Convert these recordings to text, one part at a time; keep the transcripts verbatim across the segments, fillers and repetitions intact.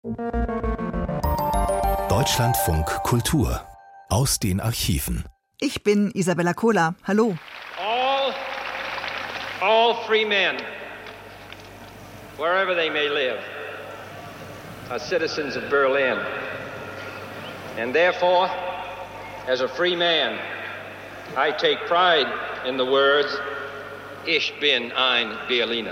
Deutschlandfunk Kultur aus den Archiven. Ich bin Isabella Kohler. Hallo. All, all free men, wherever they may live, are citizens of Berlin. And therefore, as a free man, I take pride in the words, Ich bin ein Berliner.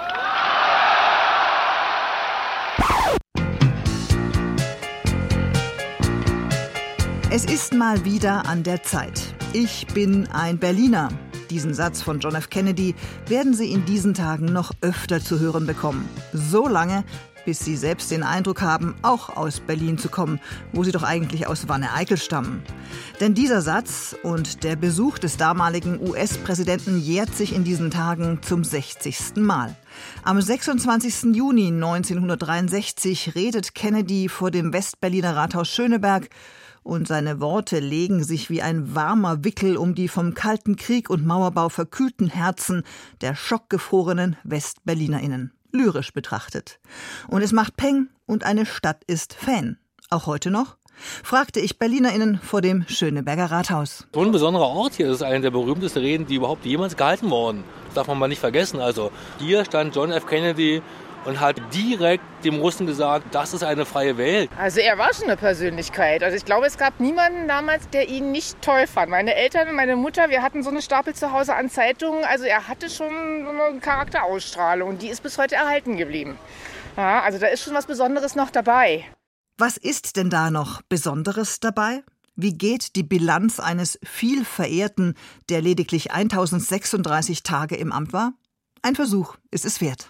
Es ist mal wieder an der Zeit. Ich bin ein Berliner. Diesen Satz von John F. Kennedy werden Sie in diesen Tagen noch öfter zu hören bekommen. So lange, bis Sie selbst den Eindruck haben, auch aus Berlin zu kommen, wo Sie doch eigentlich aus Wanne-Eickel stammen. Denn dieser Satz und der Besuch des damaligen U S-Präsidenten jährt sich in diesen Tagen zum sechzigsten Mal. Am sechsundzwanzigsten Juni neunzehnhundertdreiundsechzig redet Kennedy vor dem Westberliner Rathaus Schöneberg und seine Worte legen sich wie ein warmer Wickel um die vom Kalten Krieg und Mauerbau verkühlten Herzen der schockgefrorenen WestberlinerInnen. Lyrisch betrachtet. Und es macht Peng und eine Stadt ist Fan. Auch heute noch? Fragte ich BerlinerInnen vor dem Schöneberger Rathaus. So ein besonderer Ort hier. Das ist eine der berühmtesten Reden, die überhaupt jemals gehalten wurden. Das darf man mal nicht vergessen. Also hier stand John F. Kennedy und hat direkt dem Russen gesagt, das ist eine freie Welt. Also er war schon eine Persönlichkeit. Also ich glaube, es gab niemanden damals, der ihn nicht toll fand. Meine Eltern und meine Mutter, wir hatten so eine Stapel zu Hause an Zeitungen. Also er hatte schon so eine Charakterausstrahlung und die ist bis heute erhalten geblieben. Ja, also da ist schon was Besonderes noch dabei. Was ist denn da noch Besonderes dabei? Wie geht die Bilanz eines viel Verehrten, der lediglich tausendsechsunddreißig Tage im Amt war? Ein Versuch ist es wert.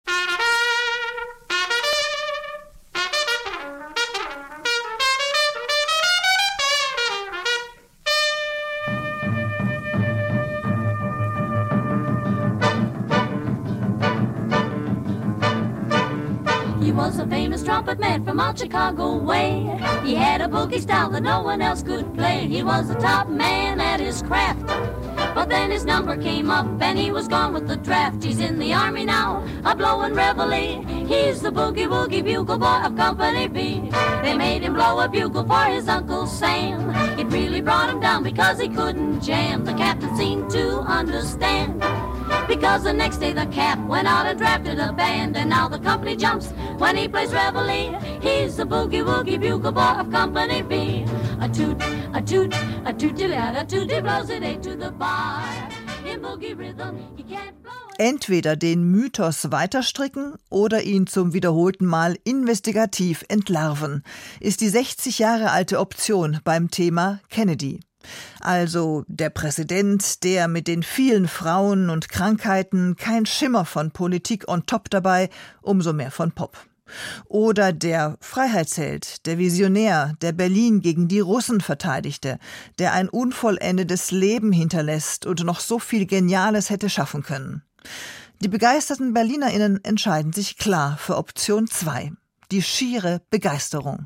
He was a famous trumpet man from out Chicago way. He had a boogie style that no one else could play. He was the top man at his craft. But then his number came up and he was gone with the draft. He's in the army now, a blowin' reveille. He's the boogie-woogie bugle boy of Company B. They made him blow a bugle for his Uncle Sam. It really brought him down because he couldn't jam. The captain seemed to understand. Because the next day the cap went out and drafted a band. And now the company jumps when he plays reveille. He's the boogie-woogie bugle boy of Company B. A toot, a toot, a toot-a-toot, a toot, blows it eight to the bar. In boogie rhythm, he can't blow it. Entweder den Mythos weiterstricken oder ihn zum wiederholten Mal investigativ entlarven, ist die sechzig Jahre alte Option beim Thema Kennedy. Also der Präsident, der mit den vielen Frauen und Krankheiten, kein Schimmer von Politik on top dabei, umso mehr von Pop. Oder der Freiheitsheld, der Visionär, der Berlin gegen die Russen verteidigte, der ein unvollendetes Leben hinterlässt und noch so viel Geniales hätte schaffen können. Die begeisterten BerlinerInnen entscheiden sich klar für Option zwei, die schiere Begeisterung.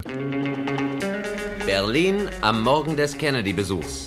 Berlin am Morgen des Kennedy-Besuchs.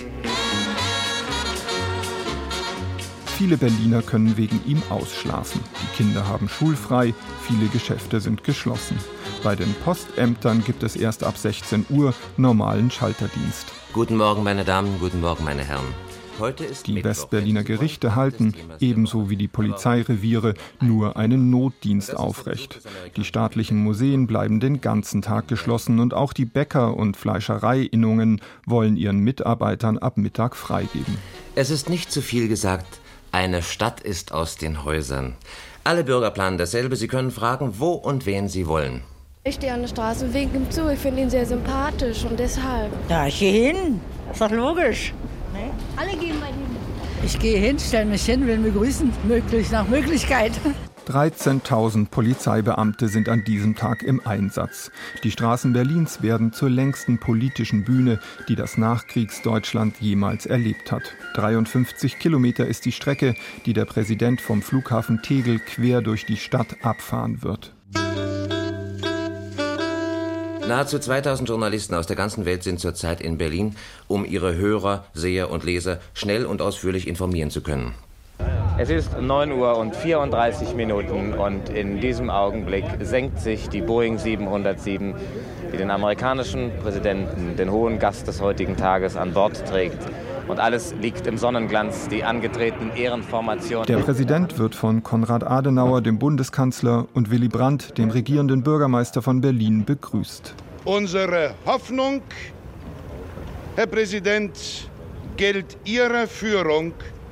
Viele Berliner können wegen ihm ausschlafen. Die Kinder haben schulfrei, viele Geschäfte sind geschlossen. Bei den Postämtern gibt es erst ab sechzehn Uhr normalen Schalterdienst. Guten Morgen, meine Damen, guten Morgen, meine Herren. Heute ist Die Mittwoch. Westberliner Gerichte halten, ebenso wie die Polizeireviere, nur einen Notdienst aufrecht. Die staatlichen Museen bleiben den ganzen Tag geschlossen und auch die Bäcker- und Fleischereiinnungen wollen ihren Mitarbeitern ab Mittag freigeben. Es ist nicht zu viel gesagt, eine Stadt ist aus den Häusern. Alle Bürger planen dasselbe, sie können fragen, wo und wen sie wollen. Ich stehe an der Straße wegen ihm zu, ich finde ihn sehr sympathisch und deshalb. Ja, ich gehe hin, ist doch logisch. Nee? Alle gehen bei ihm. Ich gehe hin, stelle mich hin, will begrüßen, möglichst nach Möglichkeit. dreizehntausend Polizeibeamte sind an diesem Tag im Einsatz. Die Straßen Berlins werden zur längsten politischen Bühne, die das Nachkriegsdeutschland jemals erlebt hat. dreiundfünfzig Kilometer ist die Strecke, die der Präsident vom Flughafen Tegel quer durch die Stadt abfahren wird. Nahezu zweitausend Journalisten aus der ganzen Welt sind zurzeit in Berlin, um ihre Hörer, Seher und Leser schnell und ausführlich informieren zu können. Es ist neun Uhr und vierunddreißig Minuten und in diesem Augenblick senkt sich die Boeing siebenhundertsieben, die den amerikanischen Präsidenten, den hohen Gast des heutigen Tages, an Bord trägt. Und alles liegt im Sonnenglanz, die angetretenen Ehrenformationen. Der Präsident wird von Konrad Adenauer, dem Bundeskanzler, und Willy Brandt, dem regierenden Bürgermeister von Berlin, begrüßt. Unsere Hoffnung, Herr Präsident, gilt Ihrer Führung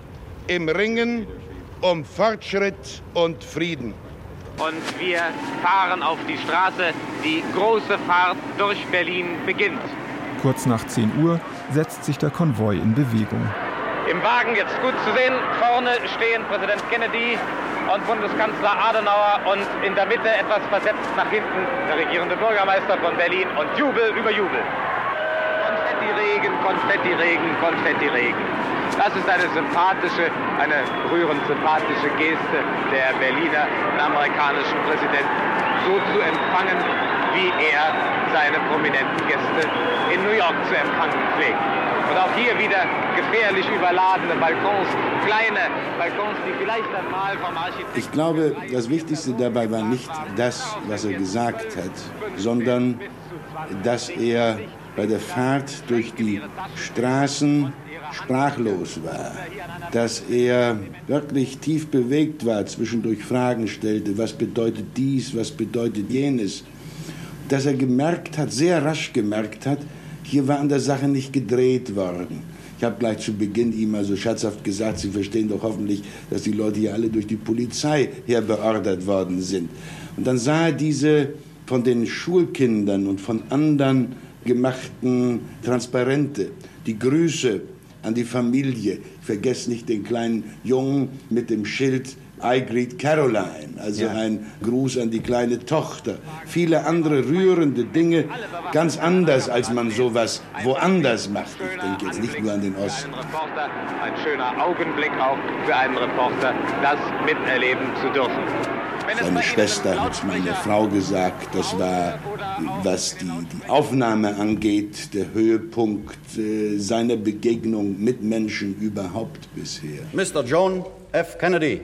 im Ringen um Fortschritt und Frieden. Und wir fahren auf die Straße. Die große Fahrt durch Berlin beginnt. Kurz nach zehn Uhr setzt sich der Konvoi in Bewegung. Im Wagen jetzt gut zu sehen, vorne stehen Präsident Kennedy und Bundeskanzler Adenauer und in der Mitte etwas versetzt nach hinten der regierende Bürgermeister von Berlin und Jubel über Jubel. Konfettiregen, Konfettiregen, Konfettiregen. Das ist eine sympathische, eine rührend sympathische Geste der Berliner, den amerikanischen Präsidenten, so zu empfangen, wie er seine prominenten Gäste in New York zu empfangen pflegt. Und auch hier wieder gefährlich überladene Balkons, kleine Balkons, die vielleicht einmal vom Architekten... Ich glaube, das Wichtigste dabei war nicht das, was er gesagt hat, sondern dass er bei der Fahrt durch die Straßen sprachlos war, dass er wirklich tief bewegt war, zwischendurch Fragen stellte, was bedeutet dies, was bedeutet jenes, dass er gemerkt hat, sehr rasch gemerkt hat, hier war an der Sache nicht gedreht worden. Ich habe gleich zu Beginn ihm also scherzhaft gesagt, Sie verstehen doch hoffentlich, dass die Leute hier alle durch die Polizei herbeordert worden sind. Und dann sah er diese von den Schulkindern und von anderen gemachten Transparente, die Grüße an die Familie. Ich vergesse nicht den kleinen Jungen mit dem Schild I greet Caroline, also ja. Ein Gruß an die kleine Tochter. Viele andere rührende Dinge, ganz anders, als man sowas woanders macht. Ich denke jetzt nicht nur an den Osten. Ein schöner Augenblick auch für einen Reporter, das miterleben zu dürfen. Seine Schwester hat meine Frau gesagt, das war, was die, die Aufnahme angeht, der Höhepunkt äh, seiner Begegnung mit Menschen überhaupt bisher. Mister John F. Kennedy.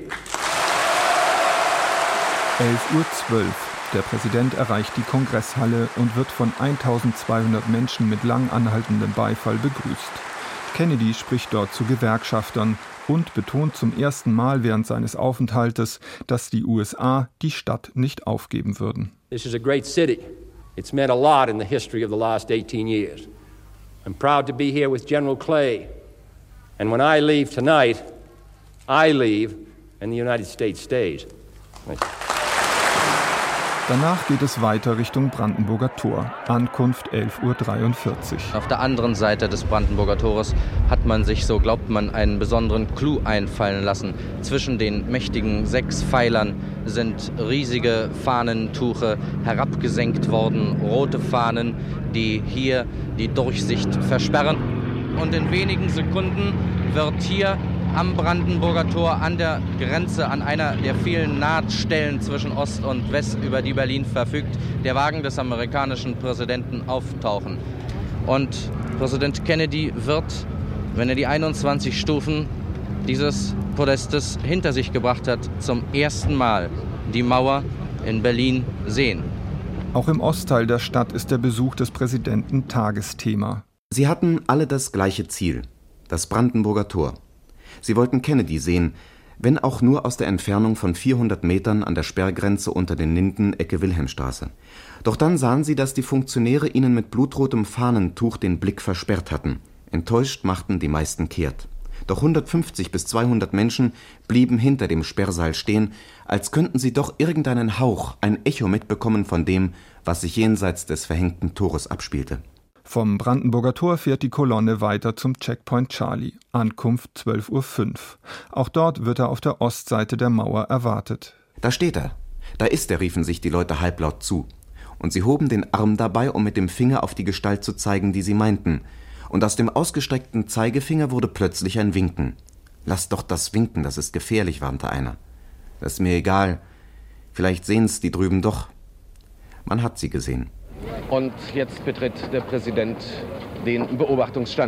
elf Uhr zwölf. Der Präsident erreicht die Kongresshalle und wird von eintausendzweihundert Menschen mit lang anhaltendem Beifall begrüßt. Kennedy spricht dort zu Gewerkschaftern und betont zum ersten Mal während seines Aufenthaltes, dass die U S A die Stadt nicht aufgeben würden. This is a great city. It's meant a lot in the history of the last eighteen years. I'm proud to be here with General Clay. And when I leave tonight, I leave and the United States stays. Thank you. Danach geht es weiter Richtung Brandenburger Tor. Ankunft elf Uhr dreiundvierzig. Auf der anderen Seite des Brandenburger Tores hat man sich, so glaubt man, einen besonderen Clou einfallen lassen. Zwischen den mächtigen sechs Pfeilern sind riesige Fahnentuche herabgesenkt worden, rote Fahnen, die hier die Durchsicht versperren. Und in wenigen Sekunden wird hier am Brandenburger Tor an der Grenze, an einer der vielen Nahtstellen zwischen Ost und West, über die Berlin verfügt, der Wagen des amerikanischen Präsidenten auftauchen. Und Präsident Kennedy wird, wenn er die einundzwanzig Stufen dieses Podestes hinter sich gebracht hat, zum ersten Mal die Mauer in Berlin sehen. Auch im Ostteil der Stadt ist der Besuch des Präsidenten Tagesthema. Sie hatten alle das gleiche Ziel, das Brandenburger Tor. Sie wollten Kennedy sehen, wenn auch nur aus der Entfernung von vierhundert Metern an der Sperrgrenze unter den Linden Ecke Wilhelmstraße. Doch dann sahen sie, dass die Funktionäre ihnen mit blutrotem Fahnentuch den Blick versperrt hatten. Enttäuscht machten die meisten kehrt. Doch hundertfünfzig bis zweihundert Menschen blieben hinter dem Sperrsaal stehen, als könnten sie doch irgendeinen Hauch, ein Echo mitbekommen von dem, was sich jenseits des verhängten Tores abspielte. Vom Brandenburger Tor fährt die Kolonne weiter zum Checkpoint Charlie. Ankunft zwölf Uhr fünf. Auch dort wird er auf der Ostseite der Mauer erwartet. Da steht er. Da ist er, riefen sich die Leute halblaut zu. Und sie hoben den Arm dabei, um mit dem Finger auf die Gestalt zu zeigen, die sie meinten. Und aus dem ausgestreckten Zeigefinger wurde plötzlich ein Winken. »Lass doch das winken, das ist gefährlich«, warnte einer. »Das ist mir egal. Vielleicht sehen's die drüben doch.« Man hat sie gesehen. Und jetzt betritt der Präsident den Beobachtungsstand.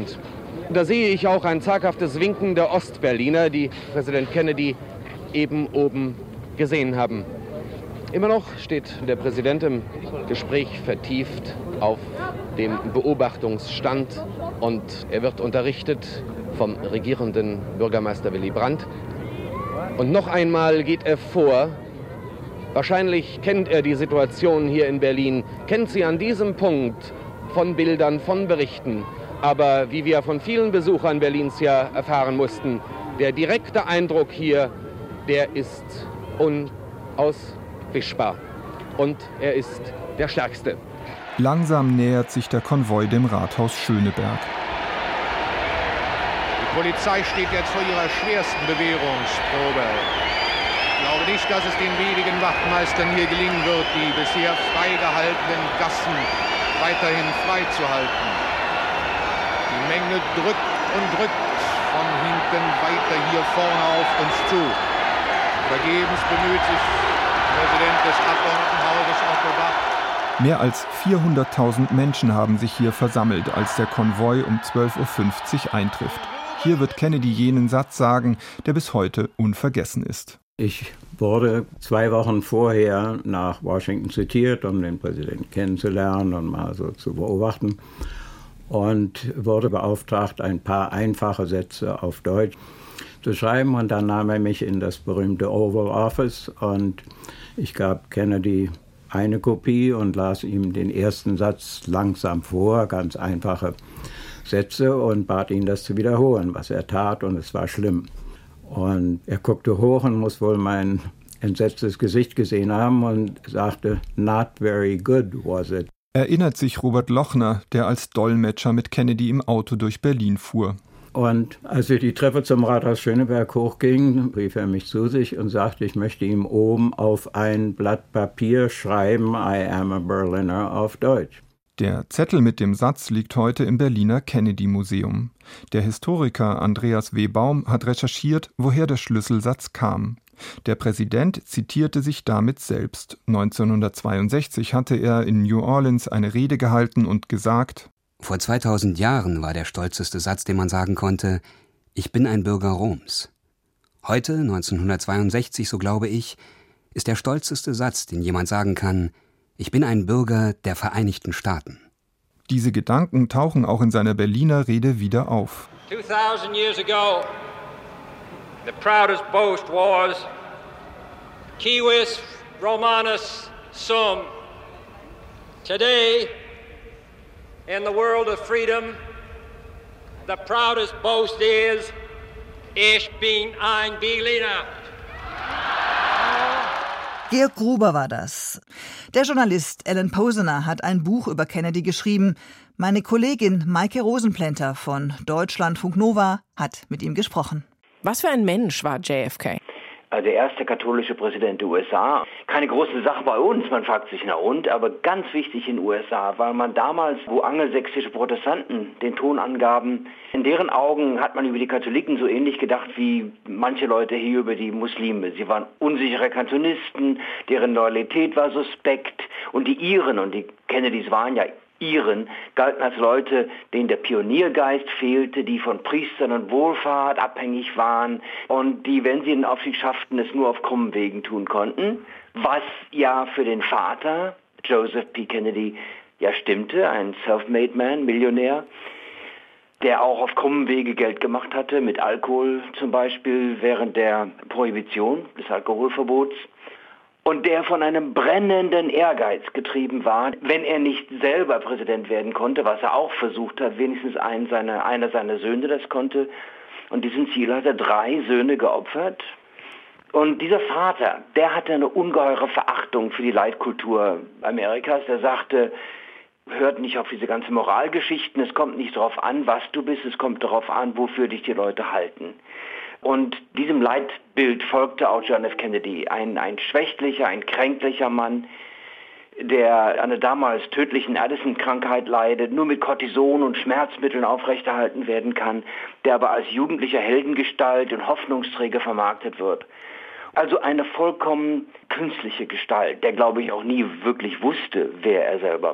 Da sehe ich auch ein zaghaftes Winken der Ostberliner, die Präsident Kennedy eben oben gesehen haben. Immer noch steht der Präsident im Gespräch vertieft auf dem Beobachtungsstand und er wird unterrichtet vom regierenden Bürgermeister Willy Brandt. Und noch einmal geht er vor. Wahrscheinlich kennt er die Situation hier in Berlin, kennt sie an diesem Punkt von Bildern, von Berichten. Aber wie wir von vielen Besuchern Berlins ja erfahren mussten, der direkte Eindruck hier, der ist unauswischbar. Und er ist der stärkste. Langsam nähert sich der Konvoi dem Rathaus Schöneberg. Die Polizei steht jetzt vor ihrer schwersten Bewährungsprobe. Ich glaube nicht, dass es den wenigen Wachtmeistern hier gelingen wird, die bisher freigehaltenen Gassen weiterhin freizuhalten. Die Menge drückt und drückt von hinten weiter hier vorne auf uns zu. Vergebens bemüht sich der Präsident des Abgeordnetenhauses Otto Bach. Mehr als vierhunderttausend Menschen haben sich hier versammelt, als der Konvoi um zwölf Uhr fünfzig eintrifft. Hier wird Kennedy jenen Satz sagen, der bis heute unvergessen ist. Ich wurde zwei Wochen vorher nach Washington zitiert, um den Präsidenten kennenzulernen und mal so zu beobachten. Und wurde beauftragt, ein paar einfache Sätze auf Deutsch zu schreiben. Und dann nahm er mich in das berühmte Oval Office und ich gab Kennedy eine Kopie und las ihm den ersten Satz langsam vor, ganz einfache Sätze, und bat ihn, das zu wiederholen, was er tat, und es war schlimm. Und er guckte hoch und muss wohl mein entsetztes Gesicht gesehen haben und sagte, "Not very good was it." Erinnert sich Robert Lochner, der als Dolmetscher mit Kennedy im Auto durch Berlin fuhr. Und als wir die Treppe zum Rathaus Schöneberg hochgingen, rief er mich zu sich und sagte, ich möchte ihm oben auf ein Blatt Papier schreiben, "I am a Berliner" auf Deutsch. Der Zettel mit dem Satz liegt heute im Berliner Kennedy-Museum. Der Historiker Andreas W. Baum hat recherchiert, woher der Schlüsselsatz kam. Der Präsident zitierte sich damit selbst. neunzehnhundertzweiundsechzig hatte er in New Orleans eine Rede gehalten und gesagt: Vor zweitausend Jahren war der stolzeste Satz, den man sagen konnte, ich bin ein Bürger Roms. Heute, neunzehnhundertzweiundsechzig, so glaube ich, ist der stolzeste Satz, den jemand sagen kann, ich bin ein Bürger der Vereinigten Staaten. Diese Gedanken tauchen auch in seiner Berliner Rede wieder auf. two thousand years ago, the proudest boast was Civis Romanus sum. Today, in the world of freedom, the proudest boast is, ich bin ein Berliner. Georg Gruber war das. Der Journalist Alan Posener hat ein Buch über Kennedy geschrieben. Meine Kollegin Maike Rosenplanter von Deutschlandfunk Nova hat mit ihm gesprochen. Was für ein Mensch war J F K? Der erste katholische Präsident der U S A. Keine große Sache bei uns, man fragt sich, na und, aber ganz wichtig in den U S A, weil man damals, wo angelsächsische Protestanten den Ton angaben, in deren Augen hat man über die Katholiken so ähnlich gedacht wie manche Leute hier über die Muslime. Sie waren unsichere Kantonisten, deren Loyalität war suspekt, und die Iren, und die Kennedys waren ja Iren, galten als Leute, denen der Pioniergeist fehlte, die von Priestern und Wohlfahrt abhängig waren und die, wenn sie den Aufstieg schafften, es nur auf krummen Wegen tun konnten, was ja für den Vater, Joseph P. Kennedy, ja stimmte, ein self-made man, Millionär, der auch auf krummen Wege Geld gemacht hatte, mit Alkohol zum Beispiel während der Prohibition, des Alkoholverbots. Und der von einem brennenden Ehrgeiz getrieben war, wenn er nicht selber Präsident werden konnte, was er auch versucht hat, wenigstens ein seiner, einer seiner Söhne das konnte. Und diesem Ziel hat er drei Söhne geopfert. Und dieser Vater, der hatte eine ungeheure Verachtung für die Leitkultur Amerikas. Er sagte, hört nicht auf diese ganzen Moralgeschichten, es kommt nicht darauf an, was du bist, es kommt darauf an, wofür dich die Leute halten. Und diesem Leitbild folgte auch John F. Kennedy, ein, ein schwächlicher, ein kränklicher Mann, der an einer damals tödlichen Addison-Krankheit leidet, nur mit Cortison und Schmerzmitteln aufrechterhalten werden kann, der aber als jugendlicher Heldengestalt und Hoffnungsträger vermarktet wird. Also eine vollkommen künstliche Gestalt, der, glaube ich, auch nie wirklich wusste, wer er selber war.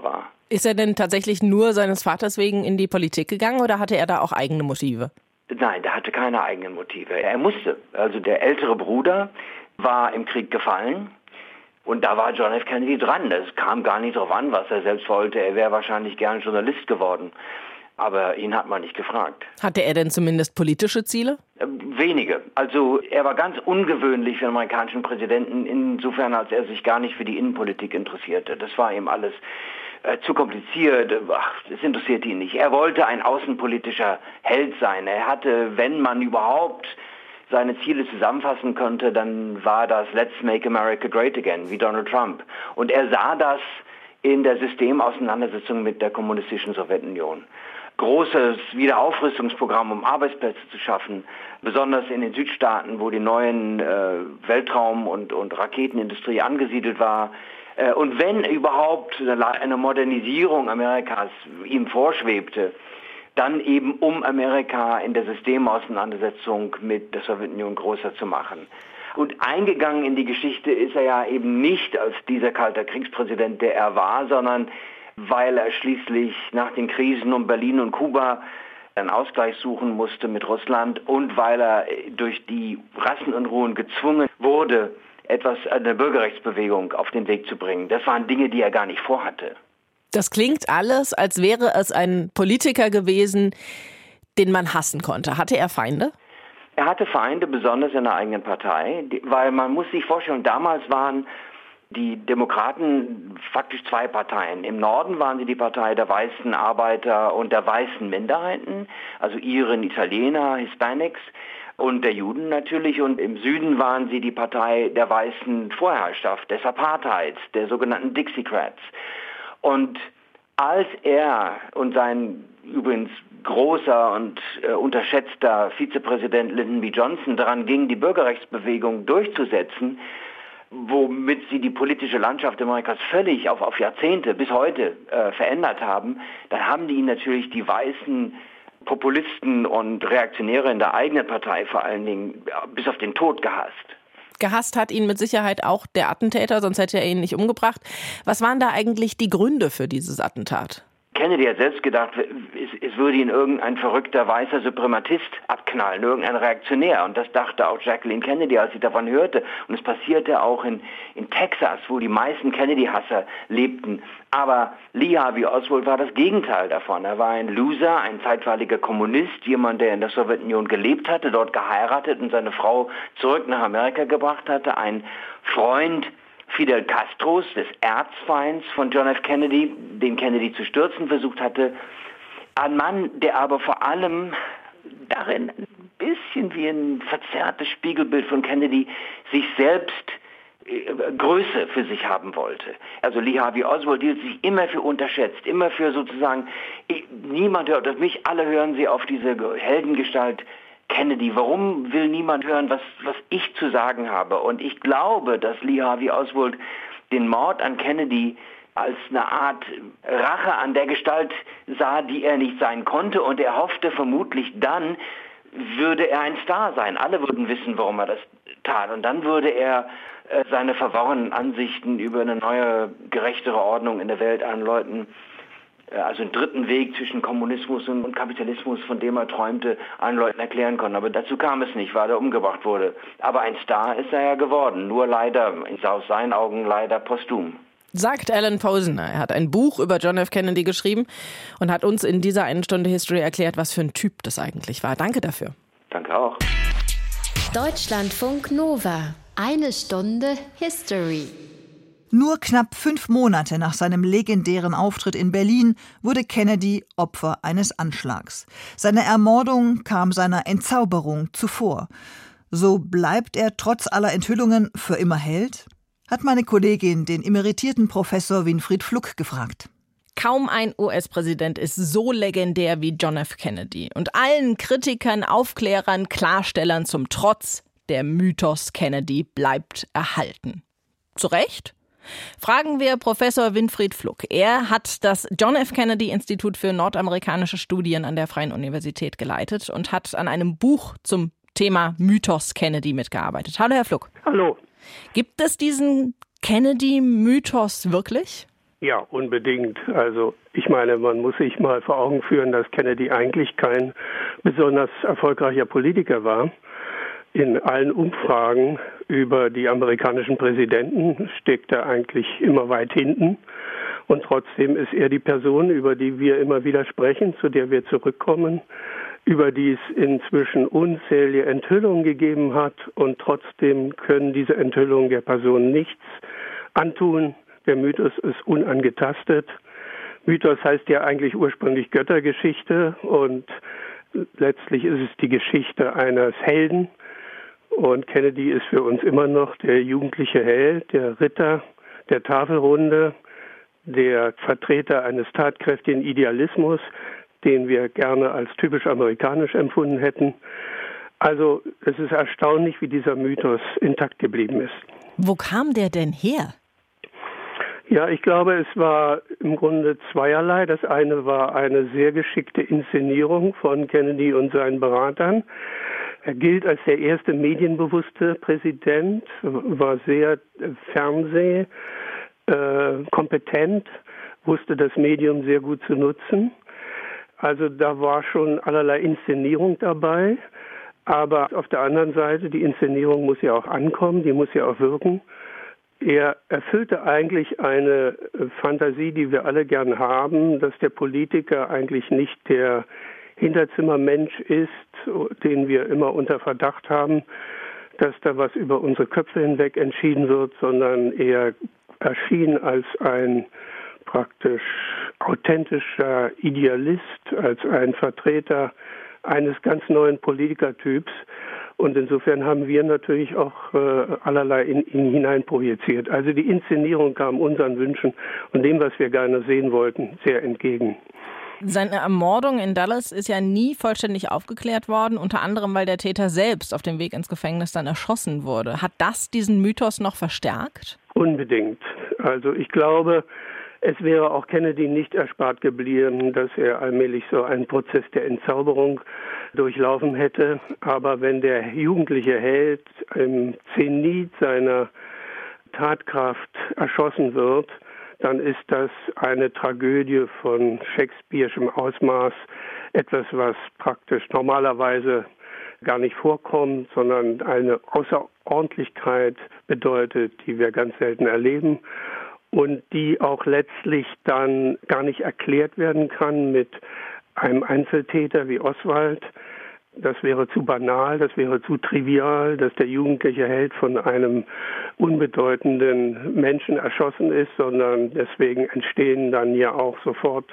Ist er denn tatsächlich nur seines Vaters wegen in die Politik gegangen oder hatte er da auch eigene Motive? Nein, der hatte keine eigenen Motive. Er musste. Also der ältere Bruder war im Krieg gefallen und da war John F. Kennedy dran. Es kam gar nicht darauf an, was er selbst wollte. Er wäre wahrscheinlich gern Journalist geworden. Aber ihn hat man nicht gefragt. Hatte er denn zumindest politische Ziele? Wenige. Also er war ganz ungewöhnlich für den amerikanischen Präsidenten, insofern als er sich gar nicht für die Innenpolitik interessierte. Das war ihm alles äh, zu kompliziert. Ach, das interessierte ihn nicht. Er wollte ein außenpolitischer Held sein. Er hatte, wenn man überhaupt seine Ziele zusammenfassen konnte, dann war das Let's Make America Great Again, wie Donald Trump. Und er sah das in der Systemauseinandersetzung mit der kommunistischen Sowjetunion. Großes Wiederaufrüstungsprogramm, um Arbeitsplätze zu schaffen, besonders in den Südstaaten, wo die neuen äh, Weltraum- und, und Raketenindustrie angesiedelt war. Äh, und wenn überhaupt eine Modernisierung Amerikas ihm vorschwebte, dann eben um Amerika in der Systemauseinandersetzung mit der Sowjetunion größer zu machen. Und eingegangen in die Geschichte ist er ja eben nicht als dieser Kalter Kriegspräsident, der er war, sondern weil er schließlich nach den Krisen um Berlin und Kuba einen Ausgleich suchen musste mit Russland und weil er durch die Rassenunruhen gezwungen wurde, etwas eine Bürgerrechtsbewegung auf den Weg zu bringen. Das waren Dinge, die er gar nicht vorhatte. Das klingt alles, als wäre es ein Politiker gewesen, den man hassen konnte. Hatte er Feinde? Er hatte Feinde, besonders in der eigenen Partei, weil man muss sich vorstellen, damals waren die Demokraten faktisch zwei Parteien. Im Norden waren sie die Partei der weißen Arbeiter und der weißen Minderheiten, also Iren, Italiener, Hispanics und der Juden natürlich. Und im Süden waren sie die Partei der weißen Vorherrschaft, des Apartheids, der sogenannten Dixiecrats. Und als er und sein übrigens großer und äh, unterschätzter Vizepräsident Lyndon B. Johnson daran ging, die Bürgerrechtsbewegung durchzusetzen, womit sie die politische Landschaft Amerikas völlig auf, auf Jahrzehnte bis heute äh, verändert haben, dann haben die ihn natürlich die weißen Populisten und Reaktionäre in der eigenen Partei vor allen Dingen bis auf den Tod gehasst. Gehasst hat ihn mit Sicherheit auch der Attentäter, sonst hätte er ihn nicht umgebracht. Was waren da eigentlich die Gründe für dieses Attentat? Kennedy hat selbst gedacht, es, es würde ihn irgendein verrückter weißer Suprematist abknallen, irgendein Reaktionär. Und das dachte auch Jacqueline Kennedy, als sie davon hörte. Und es passierte auch in, in Texas, wo die meisten Kennedy-Hasser lebten. Aber Lee Harvey Oswald war das Gegenteil davon. Er war ein Loser, ein zeitweiliger Kommunist, jemand, der in der Sowjetunion gelebt hatte, dort geheiratet und seine Frau zurück nach Amerika gebracht hatte, ein Freund Fidel Castros, des Erzfeinds von John F. Kennedy, den Kennedy zu stürzen versucht hatte. Ein Mann, der aber vor allem darin ein bisschen wie ein verzerrtes Spiegelbild von Kennedy sich selbst äh, Größe für sich haben wollte. Also Lee Harvey Oswald hielt sich immer für unterschätzt, immer für sozusagen, ich, niemand hört auf mich, alle hören sie auf diese Heldengestalt Kennedy. Warum will niemand hören, was, was ich zu sagen habe? Und ich glaube, dass Lee Harvey Oswald den Mord an Kennedy als eine Art Rache an der Gestalt sah, die er nicht sein konnte. Und er hoffte vermutlich, dann würde er ein Star sein. Alle würden wissen, warum er das tat. Und dann würde er äh, seine verworrenen Ansichten über eine neue, gerechtere Ordnung in der Welt anläuten. Also einen dritten Weg zwischen Kommunismus und Kapitalismus, von dem er träumte, allen Leuten erklären konnte. Aber dazu kam es nicht, weil er umgebracht wurde. Aber ein Star ist er ja geworden, nur leider, aus seinen Augen leider posthum. Sagt Alan Posner. Er hat ein Buch über John F. Kennedy geschrieben und hat uns in dieser einen Stunde History erklärt, was für ein Typ das eigentlich war. Danke dafür. Danke auch. Deutschlandfunk Nova. Eine Stunde History. Nur knapp fünf Monate nach seinem legendären Auftritt in Berlin wurde Kennedy Opfer eines Anschlags. Seine Ermordung kam seiner Entzauberung zuvor. So bleibt er trotz aller Enthüllungen für immer Held? Hat meine Kollegin den emeritierten Professor Winfried Fluck gefragt. Kaum ein U S-Präsident ist so legendär wie John F. Kennedy. Und allen Kritikern, Aufklärern, Klarstellern zum Trotz, der Mythos Kennedy bleibt erhalten. Zu Recht? Fragen wir Professor Winfried Fluck. Er hat das John F. Kennedy Institut für nordamerikanische Studien an der Freien Universität geleitet und hat an einem Buch zum Thema Mythos Kennedy mitgearbeitet. Hallo, Herr Fluck. Hallo. Gibt es diesen Kennedy-Mythos wirklich? Ja, unbedingt. Also ich meine, man muss sich mal vor Augen führen, dass Kennedy eigentlich kein besonders erfolgreicher Politiker war. In allen Umfragen über die amerikanischen Präsidenten steckt er eigentlich immer weit hinten. Und trotzdem ist er die Person, über die wir immer wieder sprechen, zu der wir zurückkommen, über die es inzwischen unzählige Enthüllungen gegeben hat. Und trotzdem können diese Enthüllungen der Person nichts antun. Der Mythos ist unangetastet. Mythos heißt ja eigentlich ursprünglich Göttergeschichte und letztlich ist es die Geschichte eines Helden. Und Kennedy ist für uns immer noch der jugendliche Held, der Ritter der Tafelrunde, der Vertreter eines tatkräftigen Idealismus, den wir gerne als typisch amerikanisch empfunden hätten. Also es ist erstaunlich, wie dieser Mythos intakt geblieben ist. Wo kam der denn her? Ja, ich glaube, es war im Grunde zweierlei. Das eine war eine sehr geschickte Inszenierung von Kennedy und seinen Beratern. Er gilt als der erste medienbewusste Präsident, war sehr Fernseh, äh, kompetent, wusste das Medium sehr gut zu nutzen. Also da war schon allerlei Inszenierung dabei. Aber auf der anderen Seite, die Inszenierung muss ja auch ankommen, die muss ja auch wirken. Er erfüllte eigentlich eine Fantasie, die wir alle gern haben, dass der Politiker eigentlich nicht der Hinterzimmermensch ist, den wir immer unter Verdacht haben, dass da was über unsere Köpfe hinweg entschieden wird, sondern er erschien als ein praktisch authentischer Idealist, als ein Vertreter eines ganz neuen Politikertyps. Und insofern haben wir natürlich auch äh, allerlei in ihn hineinprojiziert. Also die Inszenierung kam unseren Wünschen und dem, was wir gerne sehen wollten, sehr entgegen. Seine Ermordung in Dallas ist ja nie vollständig aufgeklärt worden, unter anderem, weil der Täter selbst auf dem Weg ins Gefängnis dann erschossen wurde. Hat das diesen Mythos noch verstärkt? Unbedingt. Also ich glaube, es wäre auch Kennedy nicht erspart geblieben, dass er allmählich so einen Prozess der Entzauberung durchlaufen hätte. Aber wenn der jugendliche Held im Zenit seiner Tatkraft erschossen wird, dann ist das eine Tragödie von Shakespeare'schem Ausmaß, etwas, was praktisch normalerweise gar nicht vorkommt, sondern eine Außerordentlichkeit bedeutet, die wir ganz selten erleben und die auch letztlich dann gar nicht erklärt werden kann mit einem Einzeltäter wie Oswald. Das wäre zu banal, das wäre zu trivial, dass der jugendliche Held von einem unbedeutenden Menschen erschossen ist, sondern deswegen entstehen dann ja auch sofort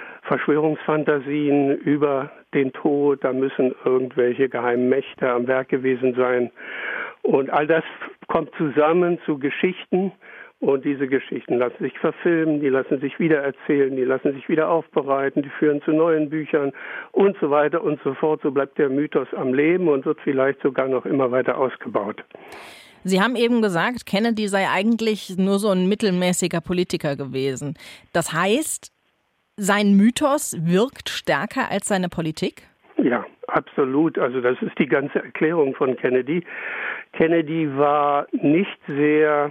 Verschwörungsfantasien über den Tod. Da müssen irgendwelche geheimen Mächte am Werk gewesen sein. Und all das kommt zusammen zu Geschichten. Und diese Geschichten lassen sich verfilmen, die lassen sich wiedererzählen, die lassen sich wieder aufbereiten, die führen zu neuen Büchern und so weiter und so fort. So bleibt der Mythos am Leben und wird vielleicht sogar noch immer weiter ausgebaut. Sie haben eben gesagt, Kennedy sei eigentlich nur so ein mittelmäßiger Politiker gewesen. Das heißt, sein Mythos wirkt stärker als seine Politik? Ja, absolut. Also das ist die ganze Erklärung von Kennedy. Kennedy war nicht sehr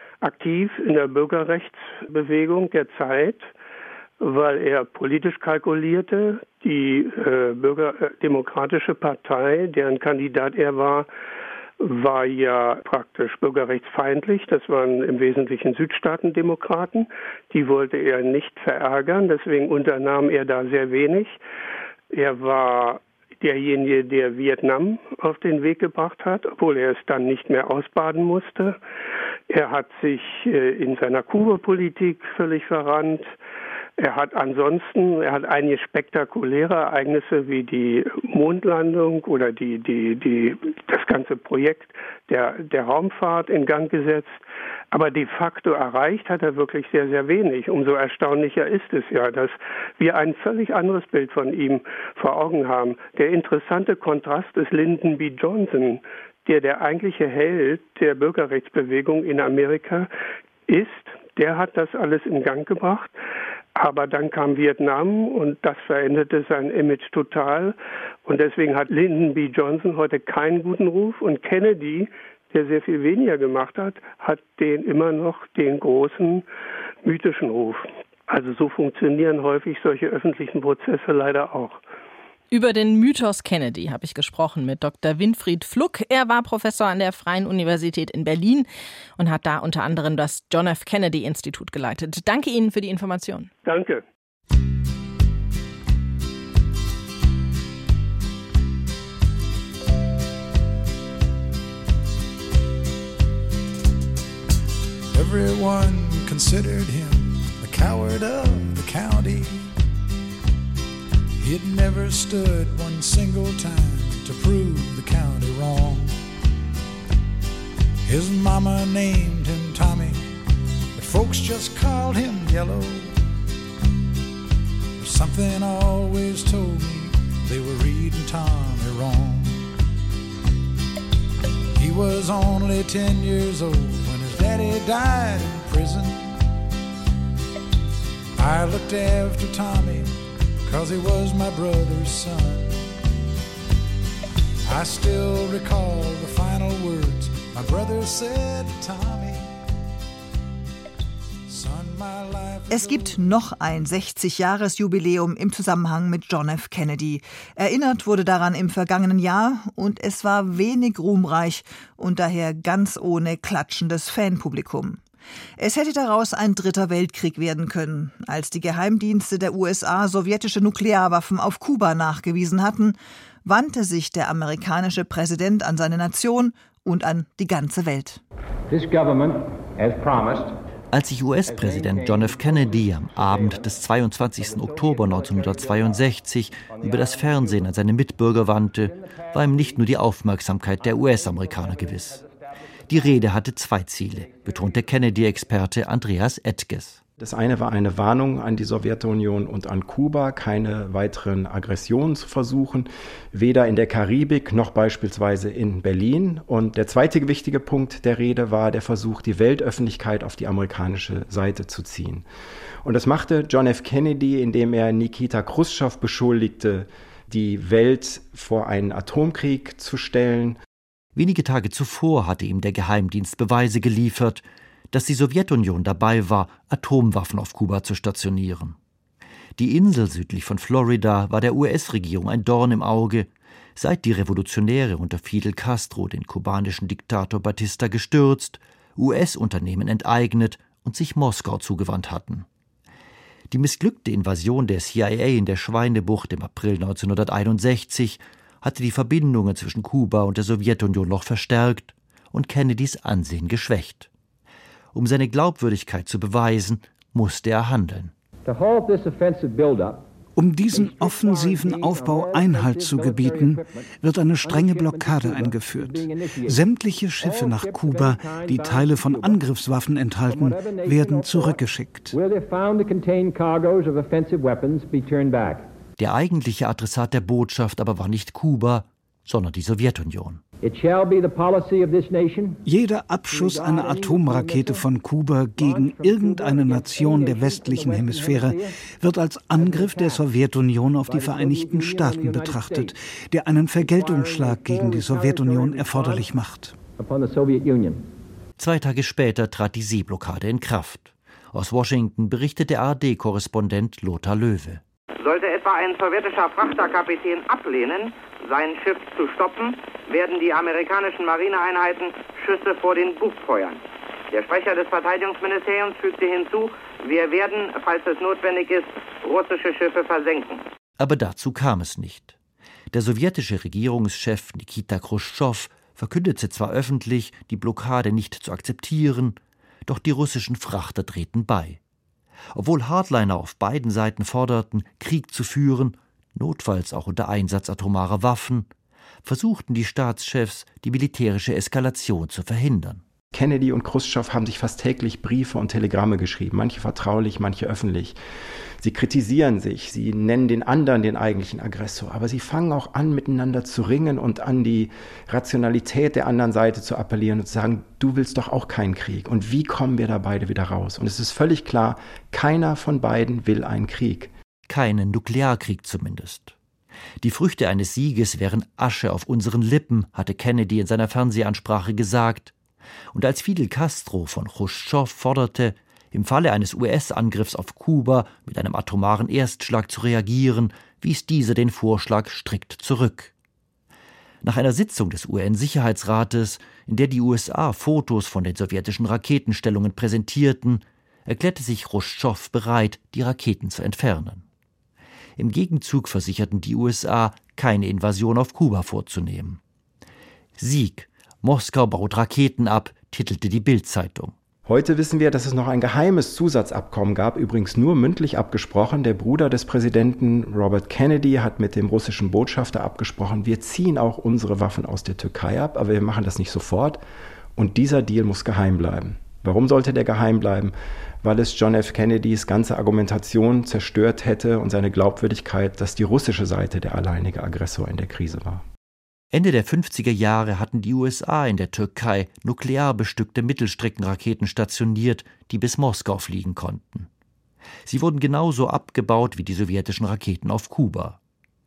aktiv in der Bürgerrechtsbewegung der Zeit, weil er politisch kalkulierte. Die äh, Bürgerdemokratische Partei, deren Kandidat er war, war ja praktisch bürgerrechtsfeindlich. Das waren im Wesentlichen Südstaatendemokraten. Die wollte er nicht verärgern, deswegen unternahm er da sehr wenig. Er war derjenige, der Vietnam auf den Weg gebracht hat, obwohl er es dann nicht mehr ausbaden musste. Er hat sich äh, in seiner Kuba-Politik völlig verrannt. Er hat ansonsten, er hat einige spektakuläre Ereignisse wie die Mondlandung oder die, die, die, das ganze Projekt der, der Raumfahrt in Gang gesetzt. Aber de facto erreicht hat er wirklich sehr, sehr wenig. Umso erstaunlicher ist es ja, dass wir ein völlig anderes Bild von ihm vor Augen haben. Der interessante Kontrast ist Lyndon B. Johnson, der der eigentliche Held der Bürgerrechtsbewegung in Amerika ist. Der hat das alles in Gang gebracht. Aber dann kam Vietnam und das veränderte sein Image total. Und deswegen hat Lyndon B. Johnson heute keinen guten Ruf. Und Kennedy, der sehr viel weniger gemacht hat, hat den immer noch den großen mythischen Ruf. Also so funktionieren häufig solche öffentlichen Prozesse leider auch. Über den Mythos Kennedy habe ich gesprochen mit Doktor Winfried Fluck. Er war Professor an der Freien Universität in Berlin und hat da unter anderem das John F. Kennedy Institut geleitet. Danke Ihnen für die Information. Danke. Everyone considered him the coward of the county. He'd never stood one single time to prove the county wrong. His mama named him Tommy, but folks just called him Yellow. Something always told me they were reading Tommy wrong. He was only ten years old when his daddy died in prison. I looked after Tommy, 'cause he was my brother's son. I still recall the final words my brother said to Tommy. Son, my life. Es gibt noch ein sechzig-Jahres-Jubiläum im Zusammenhang mit John F. Kennedy. Erinnert wurde daran im vergangenen Jahr und es war wenig ruhmreich und daher ganz ohne klatschendes Fanpublikum. Es hätte daraus ein dritter Weltkrieg werden können, als die Geheimdienste der U S A sowjetische Nuklearwaffen auf Kuba nachgewiesen hatten, wandte sich der amerikanische Präsident an seine Nation und an die ganze Welt. This government has promised. Als sich U S-Präsident John F. Kennedy am Abend des zweiundzwanzigsten Oktober neunzehnhundertzweiundsechzig über das Fernsehen an seine Mitbürger wandte, war ihm nicht nur die Aufmerksamkeit der U S-Amerikaner gewiss. Die Rede hatte zwei Ziele, betont der Kennedy-Experte Andreas Etges. Das eine war eine Warnung an die Sowjetunion und an Kuba, keine weiteren Aggressionen zu versuchen, weder in der Karibik noch beispielsweise in Berlin. Und der zweite wichtige Punkt der Rede war der Versuch, die Weltöffentlichkeit auf die amerikanische Seite zu ziehen. Und das machte John F. Kennedy, indem er Nikita Chruschtschow beschuldigte, die Welt vor einen Atomkrieg zu stellen. Wenige Tage zuvor hatte ihm der Geheimdienst Beweise geliefert, dass die Sowjetunion dabei war, Atomwaffen auf Kuba zu stationieren. Die Insel südlich von Florida war der U S-Regierung ein Dorn im Auge, seit die Revolutionäre unter Fidel Castro den kubanischen Diktator Batista gestürzt, U S-Unternehmen enteignet und sich Moskau zugewandt hatten. Die missglückte Invasion der C I A in der Schweinebucht im April neunzehnhunderteinundsechzig hatte die Verbindungen zwischen Kuba und der Sowjetunion noch verstärkt und Kennedys Ansehen geschwächt. Um seine Glaubwürdigkeit zu beweisen, musste er handeln. Um diesen offensiven Aufbau Einhalt zu gebieten, wird eine strenge Blockade eingeführt. Sämtliche Schiffe nach Kuba, die Teile von Angriffswaffen enthalten, werden zurückgeschickt. Der eigentliche Adressat der Botschaft aber war nicht Kuba, sondern die Sowjetunion. Jeder Abschuss einer Atomrakete von Kuba gegen irgendeine Nation der westlichen Hemisphäre wird als Angriff der Sowjetunion auf die Vereinigten Staaten betrachtet, der einen Vergeltungsschlag gegen die Sowjetunion erforderlich macht. Zwei Tage später trat die Seeblockade in Kraft. Aus Washington berichtet der A R D-Korrespondent Lothar Löwe. Sollte etwa ein sowjetischer Frachterkapitän ablehnen, sein Schiff zu stoppen, werden die amerikanischen Marineeinheiten Schüsse vor den Bug feuern. Der Sprecher des Verteidigungsministeriums fügte hinzu, wir werden, falls es notwendig ist, russische Schiffe versenken. Aber dazu kam es nicht. Der sowjetische Regierungschef Nikita Chruschtschow verkündete zwar öffentlich, die Blockade nicht zu akzeptieren, doch die russischen Frachter drehten bei. Obwohl Hardliner auf beiden Seiten forderten, Krieg zu führen, notfalls auch unter Einsatz atomarer Waffen, versuchten die Staatschefs, die militärische Eskalation zu verhindern. Kennedy und Chruschtschow haben sich fast täglich Briefe und Telegramme geschrieben, manche vertraulich, manche öffentlich. Sie kritisieren sich, sie nennen den anderen den eigentlichen Aggressor, aber sie fangen auch an, miteinander zu ringen und an die Rationalität der anderen Seite zu appellieren und zu sagen, du willst doch auch keinen Krieg. Und wie kommen wir da beide wieder raus? Und es ist völlig klar, keiner von beiden will einen Krieg. Keinen Nuklearkrieg zumindest. Die Früchte eines Sieges wären Asche auf unseren Lippen, hatte Kennedy in seiner Fernsehansprache gesagt. Und als Fidel Castro von Chruschtschow forderte, im Falle eines U S-Angriffs auf Kuba mit einem atomaren Erstschlag zu reagieren, wies diese den Vorschlag strikt zurück. Nach einer Sitzung des U N-Sicherheitsrates, in der die U S A Fotos von den sowjetischen Raketenstellungen präsentierten, erklärte sich Chruschtschow bereit, die Raketen zu entfernen. Im Gegenzug versicherten die U S A, keine Invasion auf Kuba vorzunehmen. Sieg: Moskau baut Raketen ab, titelte die Bild-Zeitung. Heute wissen wir, dass es noch ein geheimes Zusatzabkommen gab, übrigens nur mündlich abgesprochen. Der Bruder des Präsidenten Robert Kennedy hat mit dem russischen Botschafter abgesprochen, wir ziehen auch unsere Waffen aus der Türkei ab, aber wir machen das nicht sofort. Und dieser Deal muss geheim bleiben. Warum sollte der geheim bleiben? Weil es John F. Kennedys ganze Argumentation zerstört hätte und seine Glaubwürdigkeit, dass die russische Seite der alleinige Aggressor in der Krise war. Ende der fünfziger Jahre hatten die U S A in der Türkei nuklear bestückte Mittelstreckenraketen stationiert, die bis Moskau fliegen konnten. Sie wurden genauso abgebaut wie die sowjetischen Raketen auf Kuba.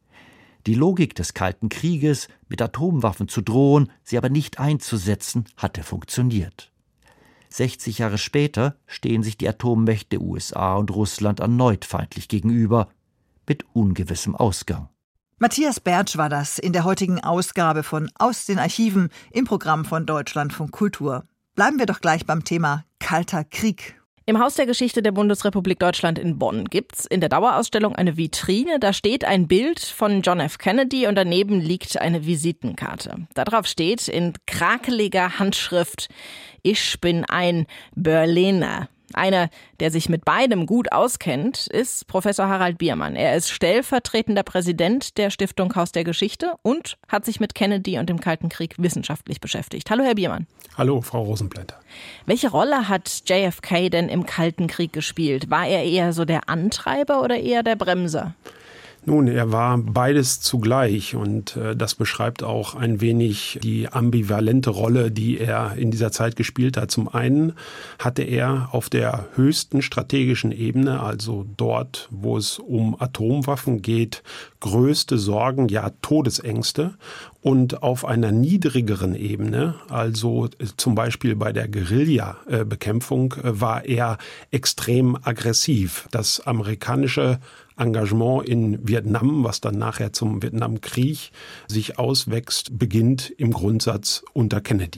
Die Logik des Kalten Krieges, mit Atomwaffen zu drohen, sie aber nicht einzusetzen, hatte funktioniert. sechzig Jahre später stehen sich die Atommächte U S A und Russland erneut feindlich gegenüber, mit ungewissem Ausgang. Matthias Bertsch war das in der heutigen Ausgabe von Aus den Archiven im Programm von Deutschlandfunk Kultur. Bleiben wir doch gleich beim Thema Kalter Krieg. Im Haus der Geschichte der Bundesrepublik Deutschland in Bonn gibt's in der Dauerausstellung eine Vitrine. Da steht ein Bild von John F. Kennedy und daneben liegt eine Visitenkarte. Darauf steht in krakeliger Handschrift: Ich bin ein Berliner. Einer, der sich mit beidem gut auskennt, ist Professor Harald Biermann. Er ist stellvertretender Präsident der Stiftung Haus der Geschichte und hat sich mit Kennedy und dem Kalten Krieg wissenschaftlich beschäftigt. Hallo, Herr Biermann. Hallo, Frau Rosenblätter. Welche Rolle hat J F K denn im Kalten Krieg gespielt? War er eher so der Antreiber oder eher der Bremser? Nun, er war beides zugleich und äh, das beschreibt auch ein wenig die ambivalente Rolle, die er in dieser Zeit gespielt hat. Zum einen hatte er auf der höchsten strategischen Ebene, also dort, wo es um Atomwaffen geht, größte Sorgen, ja Todesängste. Und auf einer niedrigeren Ebene, also zum Beispiel bei der Guerilla-Bekämpfung, war er extrem aggressiv. Das amerikanische Engagement in Vietnam, was dann nachher zum Vietnamkrieg sich auswächst, beginnt im Grundsatz unter Kennedy.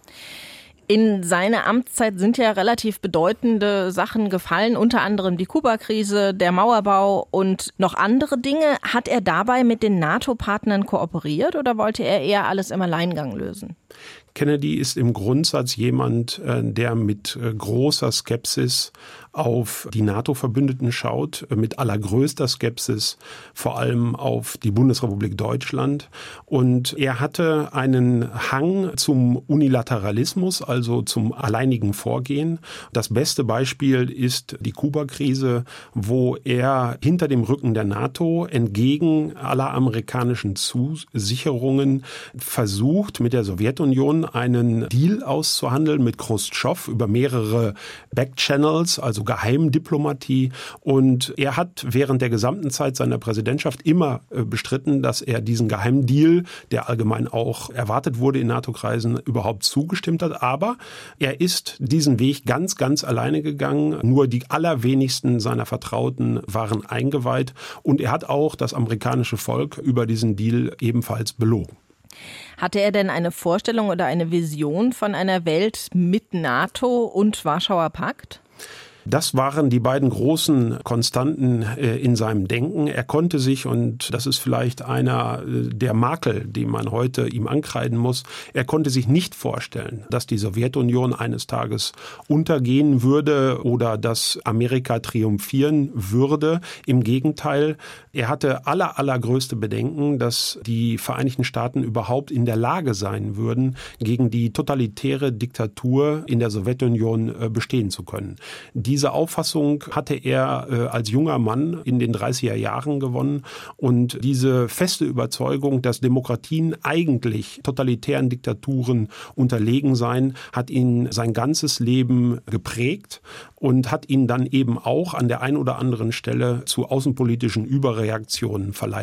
In seine Amtszeit sind ja relativ bedeutende Sachen gefallen, unter anderem die Kuba-Krise, der Mauerbau und noch andere Dinge. Hat er dabei mit den NATO-Partnern kooperiert oder wollte er eher alles im Alleingang lösen? Kennedy ist im Grundsatz jemand, der mit großer Skepsis auf die NATO-Verbündeten schaut, mit allergrößter Skepsis vor allem auf die Bundesrepublik Deutschland. Und er hatte einen Hang zum Unilateralismus, also zum alleinigen Vorgehen. Das beste Beispiel ist die Kuba-Krise, wo er hinter dem Rücken der NATO entgegen aller amerikanischen Zusicherungen versucht, mit der Sowjetunion einen Deal auszuhandeln mit Chruschtschow über mehrere Backchannels, also Geheimdiplomatie. Und er hat während der gesamten Zeit seiner Präsidentschaft immer bestritten, dass er diesen Geheimdeal, der allgemein auch erwartet wurde in NATO-Kreisen, überhaupt zugestimmt hat. Aber er ist diesen Weg ganz, ganz alleine gegangen. Nur die allerwenigsten seiner Vertrauten waren eingeweiht. Und er hat auch das amerikanische Volk über diesen Deal ebenfalls belogen. Hatte er denn eine Vorstellung oder eine Vision von einer Welt mit NATO und Warschauer Pakt? Das waren die beiden großen Konstanten in seinem Denken. Er konnte sich, und das ist vielleicht einer der Makel, die man heute ihm ankreiden muss, er konnte sich nicht vorstellen, dass die Sowjetunion eines Tages untergehen würde oder dass Amerika triumphieren würde. Im Gegenteil, er hatte aller, allergrößte Bedenken, dass die Vereinigten Staaten überhaupt in der Lage sein würden, gegen die totalitäre Diktatur in der Sowjetunion bestehen zu können. Diese Auffassung hatte er äh, als junger Mann in den dreißiger Jahren gewonnen und diese feste Überzeugung, dass Demokratien eigentlich totalitären Diktaturen unterlegen seien, hat ihn sein ganzes Leben geprägt und hat ihn dann eben auch an der einen oder anderen Stelle zu außenpolitischen Überreaktionen verleitet.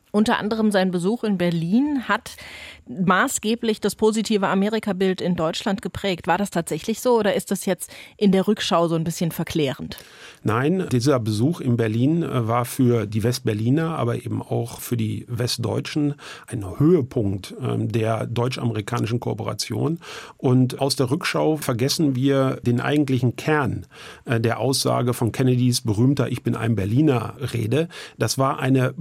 Unter anderem sein Besuch in Berlin hat maßgeblich das positive Amerika-Bild in Deutschland geprägt. War das tatsächlich so oder ist das jetzt in der Rückschau so ein bisschen verklärend? Nein, dieser Besuch in Berlin war für die Westberliner, aber eben auch für die Westdeutschen ein Höhepunkt der deutsch-amerikanischen Kooperation. Und aus der Rückschau vergessen wir den eigentlichen Kern der Aussage von Kennedys berühmter "Ich bin ein Berliner" Rede. Das war eine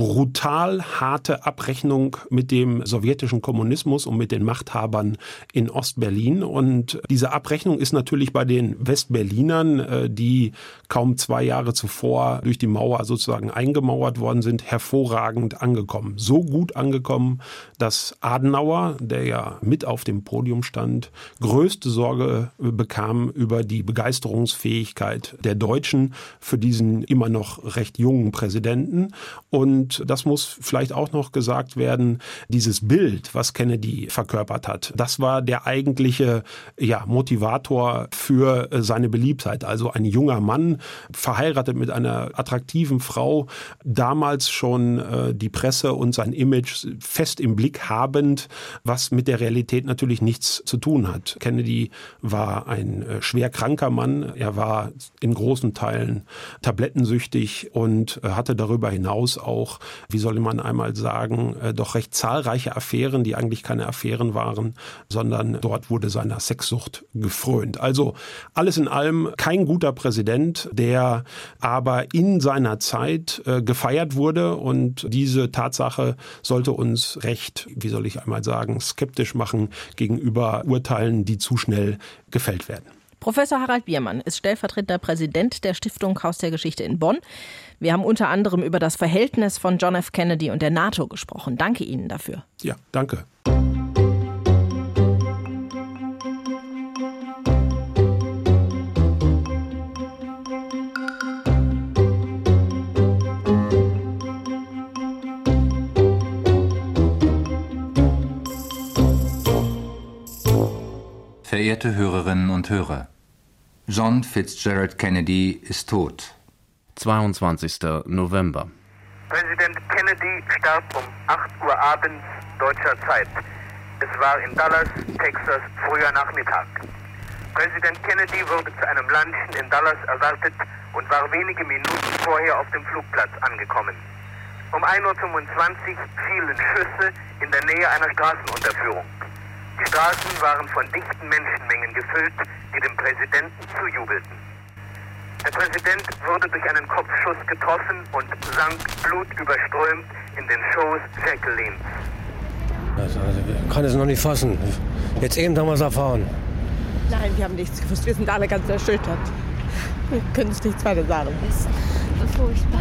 brutal harte Abrechnung mit dem sowjetischen Kommunismus und mit den Machthabern in Ostberlin. Und diese Abrechnung ist natürlich bei den Westberlinern, die kaum zwei Jahre zuvor durch die Mauer sozusagen eingemauert worden sind, hervorragend angekommen. So gut angekommen, dass Adenauer, der ja mit auf dem Podium stand, größte Sorge bekam über die Begeisterungsfähigkeit der Deutschen für diesen immer noch recht jungen Präsidenten. Und das muss vielleicht auch noch gesagt werden, dieses Bild, was Kennedy verkörpert hat, das war der eigentliche ja, Motivator für seine Beliebtheit. Also ein junger Mann, verheiratet mit einer attraktiven Frau, damals schon äh, die Presse und sein Image fest im Blick habend, was mit der Realität natürlich nichts zu tun hat. Kennedy war ein äh, schwer kranker Mann, er war in großen Teilen tablettensüchtig und äh, hatte darüber hinaus auch, wie soll man einmal sagen, äh, doch recht zahlreiche Affären, die eigentlich keine Affären waren, sondern dort wurde seiner Sexsucht gefrönt. Also alles in allem kein guter Präsident, der aber in seiner Zeit äh, gefeiert wurde, und diese Tatsache sollte uns recht, wie soll ich einmal sagen, skeptisch machen gegenüber Urteilen, die zu schnell gefällt werden. Professor Harald Biermann ist stellvertretender Präsident der Stiftung Haus der Geschichte in Bonn. Wir haben unter anderem über das Verhältnis von John F. Kennedy und der NATO gesprochen. Danke Ihnen dafür. Ja, danke. Verehrte Hörerinnen und Hörer, John Fitzgerald Kennedy ist tot. zweiundzwanzigster November. Präsident Kennedy starb um acht Uhr abends deutscher Zeit. Es war in Dallas, Texas, früher Nachmittag. Präsident Kennedy wurde zu einem Lunchen in Dallas erwartet und war wenige Minuten vorher auf dem Flugplatz angekommen. Um ein Uhr fünfundzwanzig fielen Schüsse in der Nähe einer Straßenunterführung. Die Straßen waren von dichten Menschenmengen gefüllt, die dem Präsidenten zujubelten. Der Präsident wurde durch einen Kopfschuss getroffen und sank blutüberströmt in den Schoß Jacquelines. Also, also, ich kann es noch nicht fassen. Jetzt eben haben wir es erfahren. Nein, wir haben nichts gewusst. Wir sind alle ganz erschüttert. Wir können es nichts weiter sagen. Es ist furchtbar.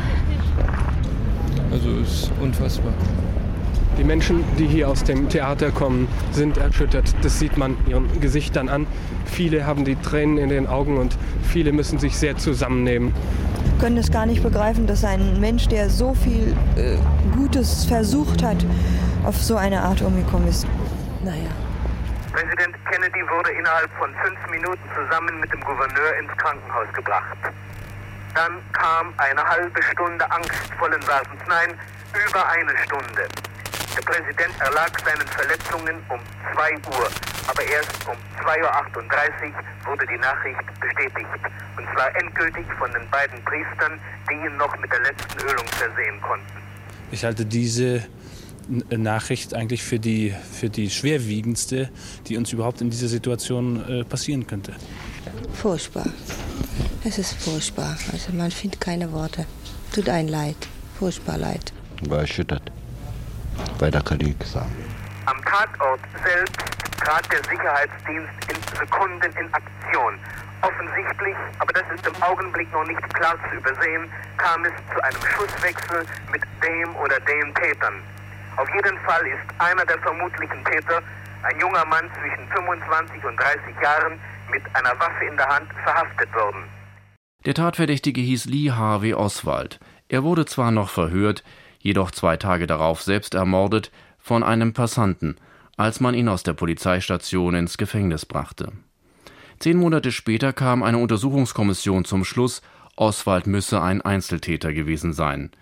Also es ist unfassbar. Die Menschen, die hier aus dem Theater kommen, sind erschüttert. Das sieht man ihren Gesichtern an. Viele haben die Tränen in den Augen und viele müssen sich sehr zusammennehmen. Wir können es gar nicht begreifen, dass ein Mensch, der so viel äh, Gutes versucht hat, auf so eine Art umgekommen ist. Naja. Präsident Kennedy wurde innerhalb von fünf Minuten zusammen mit dem Gouverneur ins Krankenhaus gebracht. Dann kam eine halbe Stunde angstvollen Wartens, nein, über eine Stunde. Der Präsident erlag seinen Verletzungen um zwei Uhr, aber erst um zwei Uhr achtunddreißig wurde die Nachricht bestätigt. Und zwar endgültig von den beiden Priestern, die ihn noch mit der letzten Ölung versehen konnten. Ich halte diese Nachricht eigentlich für die, für die schwerwiegendste, die uns überhaupt in dieser Situation äh, passieren könnte. Furchtbar. Es ist furchtbar. Also man findet keine Worte. Tut einem leid. Furchtbar leid. War erschüttert. Weiter kann ich sagen. Am Tatort selbst trat der Sicherheitsdienst in Sekunden in Aktion. Offensichtlich, aber das ist im Augenblick noch nicht klar zu übersehen, kam es zu einem Schusswechsel mit dem oder den Tätern. Auf jeden Fall ist einer der vermutlichen Täter, ein junger Mann zwischen fünfundzwanzig und dreißig Jahren, mit einer Waffe in der Hand verhaftet worden. Der Tatverdächtige hieß Lee Harvey Oswald. Er wurde zwar noch verhört, jedoch zwei Tage darauf selbst ermordet von einem Passanten, als man ihn aus der Polizeistation ins Gefängnis brachte. Zehn Monate später kam eine Untersuchungskommission zum Schluss, Oswald müsse ein Einzeltäter gewesen sein.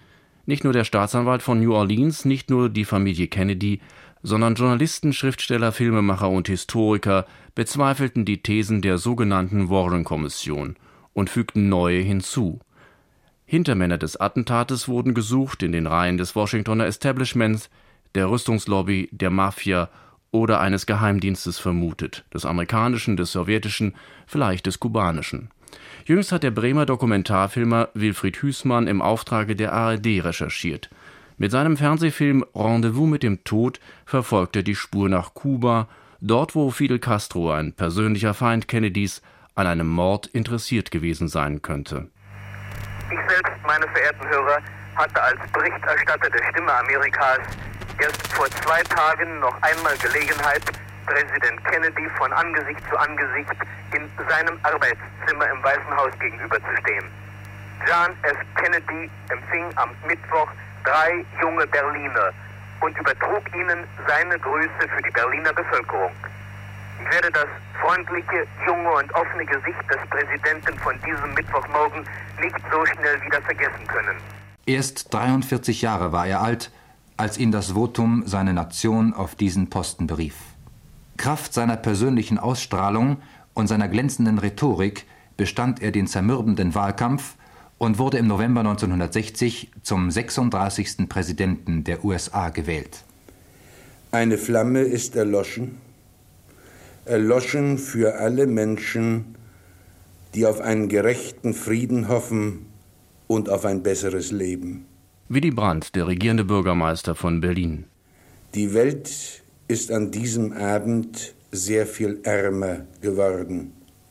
Nicht nur der Staatsanwalt von New Orleans, nicht nur die Familie Kennedy, sondern Journalisten, Schriftsteller, Filmemacher und Historiker bezweifelten die Thesen der sogenannten Warren-Kommission und fügten neue hinzu. Hintermänner des Attentates wurden gesucht in den Reihen des Washingtoner Establishments, der Rüstungslobby, der Mafia oder eines Geheimdienstes vermutet, des amerikanischen, des sowjetischen, vielleicht des kubanischen. Jüngst hat der Bremer Dokumentarfilmer Wilfried Hüßmann im Auftrage der A R D recherchiert. Mit seinem Fernsehfilm Rendezvous mit dem Tod verfolgt er die Spur nach Kuba, dort wo Fidel Castro, ein persönlicher Feind Kennedys, an einem Mord interessiert gewesen sein könnte. Ich selbst, meine verehrten Hörer, hatte als Berichterstatter der Stimme Amerikas erst vor zwei Tagen noch einmal Gelegenheit, Präsident Kennedy von Angesicht zu Angesicht in seinem Arbeitszimmer im Weißen Haus gegenüberzustehen. John F. Kennedy empfing am Mittwoch drei junge Berliner und übertrug ihnen seine Grüße für die Berliner Bevölkerung. Ich werde das freundliche, junge und offene Gesicht des Präsidenten von diesem Mittwochmorgen nicht so schnell wieder vergessen können. Erst dreiundvierzig Jahre war er alt, als ihn das Votum seine Nation auf diesen Posten berief. Kraft seiner persönlichen Ausstrahlung und seiner glänzenden Rhetorik bestand er den zermürbenden Wahlkampf und wurde im November neunzehnhundertsechzig zum sechsunddreißigsten Präsidenten der U S A gewählt. Eine Flamme ist erloschen, erloschen für alle Menschen, die auf einen gerechten Frieden hoffen und auf ein besseres Leben. Willy Brandt, der regierende Bürgermeister von Berlin. Die Welt ist an diesem Abend sehr viel ärmer geworden.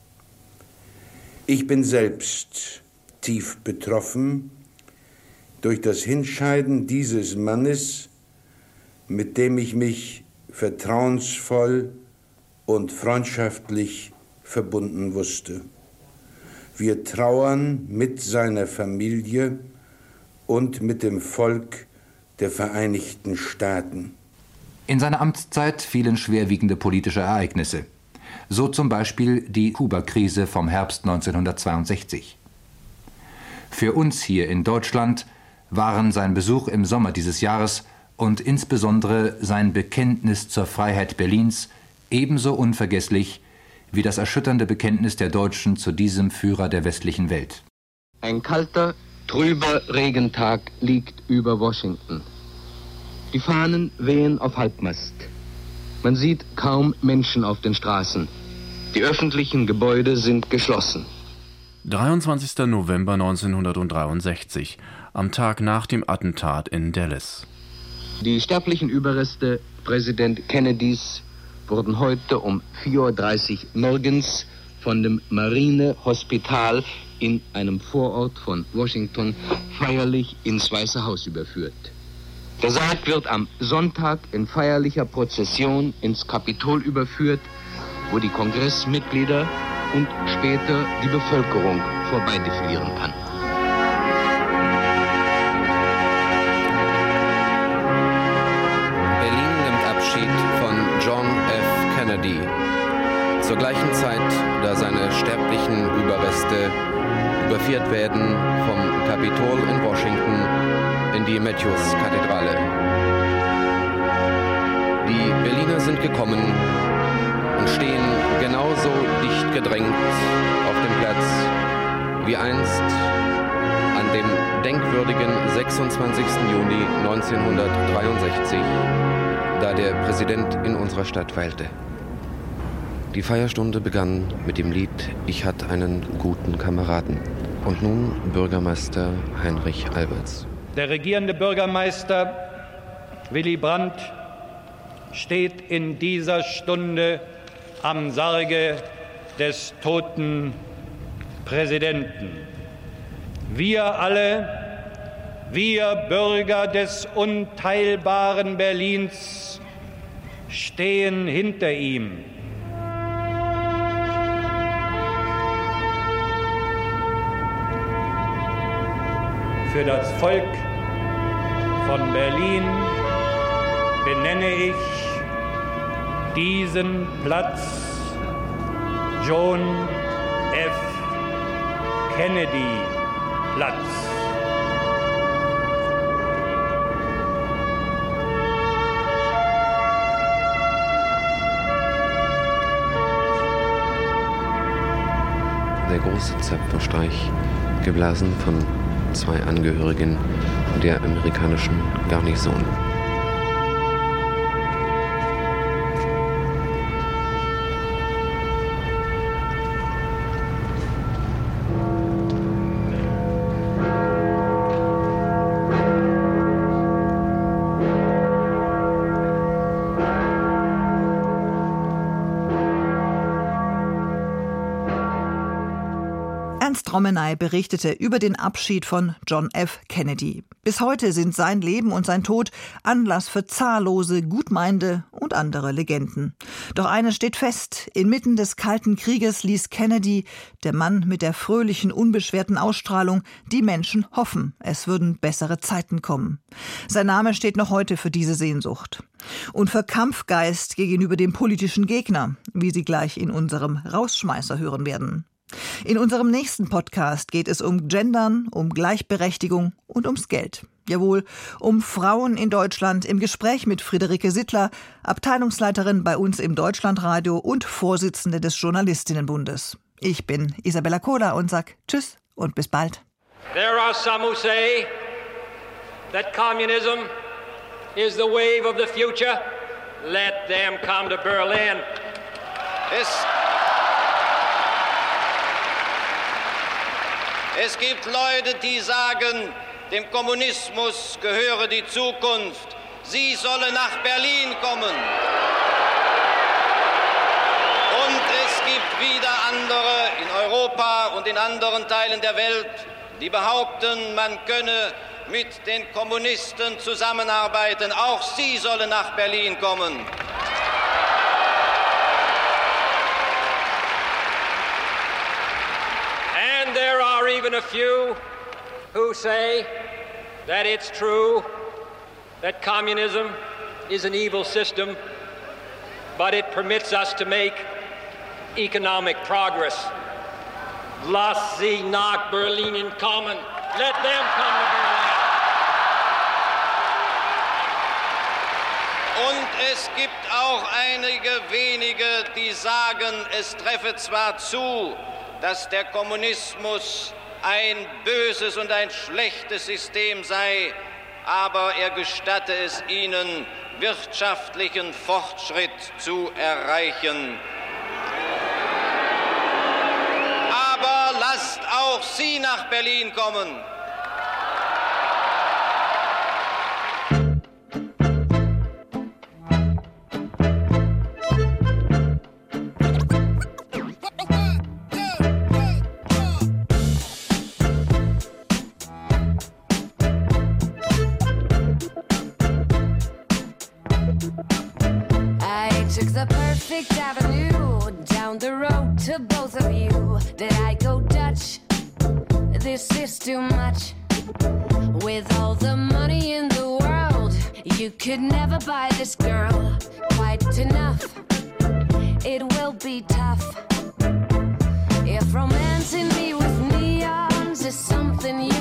Ich bin selbst tief betroffen durch das Hinscheiden dieses Mannes, mit dem ich mich vertrauensvoll und freundschaftlich verbunden wusste. Wir trauern mit seiner Familie und mit dem Volk der Vereinigten Staaten. In seiner Amtszeit fielen schwerwiegende politische Ereignisse. So zum Beispiel die Kuba-Krise vom Herbst neunzehnhundertzweiundsechzig. Für uns hier in Deutschland waren sein Besuch im Sommer dieses Jahres und insbesondere sein Bekenntnis zur Freiheit Berlins ebenso unvergesslich wie das erschütternde Bekenntnis der Deutschen zu diesem Führer der westlichen Welt. Ein kalter, trüber Regentag liegt über Washington. Die Fahnen wehen auf Halbmast. Man sieht kaum Menschen auf den Straßen. Die öffentlichen Gebäude sind geschlossen. dreiundzwanzigster November neunzehnhundertdreiundsechzig, am Tag nach dem Attentat in Dallas. Die sterblichen Überreste Präsident Kennedys wurden heute um vier Uhr dreißig morgens von dem Marinehospital in einem Vorort von Washington feierlich ins Weiße Haus überführt. Der Sarg wird am Sonntag in feierlicher Prozession ins Kapitol überführt, wo die Kongressmitglieder und später die Bevölkerung vorbeidefilieren kann. Berlin nimmt Abschied von John F. Kennedy. Zur gleichen Zeit, da seine sterblichen Überreste überführt werden vom Kapitol in Washington in die Matthews-Kathedrale. Die Berliner sind gekommen und stehen genauso dicht gedrängt auf dem Platz wie einst an dem denkwürdigen sechsundzwanzigsten Juni neunzehnhundertdreiundsechzig, da der Präsident in unserer Stadt weilte. Die Feierstunde begann mit dem Lied »Ich hatte einen guten Kameraden« und nun Bürgermeister Heinrich Alberts. Der regierende Bürgermeister Willy Brandt steht in dieser Stunde am Sarge des toten Präsidenten. Wir alle, wir Bürger des unteilbaren Berlins, stehen hinter ihm. Für das Volk von Berlin benenne ich diesen Platz John F. Kennedy Platz. große Zepterstreich geblasen von zwei Angehörigen der amerikanischen Garnison. Ernst Romenay berichtete über den Abschied von John F. Kennedy. Bis heute sind sein Leben und sein Tod Anlass für zahllose Gutmeinende und andere Legenden. Doch eines steht fest: Inmitten des Kalten Krieges ließ Kennedy, der Mann mit der fröhlichen, unbeschwerten Ausstrahlung, die Menschen hoffen, es würden bessere Zeiten kommen. Sein Name steht noch heute für diese Sehnsucht. Und für Kampfgeist gegenüber dem politischen Gegner, wie Sie gleich in unserem Rausschmeißer hören werden. In unserem nächsten Podcast geht es um Gendern, um Gleichberechtigung und ums Geld. Jawohl, um Frauen in Deutschland im Gespräch mit Friederike Sittler, Abteilungsleiterin bei uns im Deutschlandradio und Vorsitzende des Journalistinnenbundes. Ich bin Isabella Kohler und sag Tschüss und bis bald. There are some who say that communism is the wave of the future. Let them come to Berlin. Es Es gibt Leute, die sagen, dem Kommunismus gehöre die Zukunft. Sie solle nach Berlin kommen. Und es gibt wieder andere in Europa und in anderen Teilen der Welt, die behaupten, man könne mit den Kommunisten zusammenarbeiten. Auch sie sollen nach Berlin kommen. And there are even a few who say that it's true that communism is an evil system, but it permits us to make economic progress. Lass sie nach Berlin kommen. Let them come to Berlin. Und es gibt auch einige wenige, die sagen, es treffe zwar zu, dass der Kommunismus ein böses und ein schlechtes System sei, aber er gestatte es ihnen, wirtschaftlichen Fortschritt zu erreichen. Aber lasst auch sie nach Berlin kommen. Perfect avenue down the road to both of you. Did I go Dutch? This is too much. With all the money in the world, you could never buy this girl quite enough. It will be tough. If romancing me with neons is something you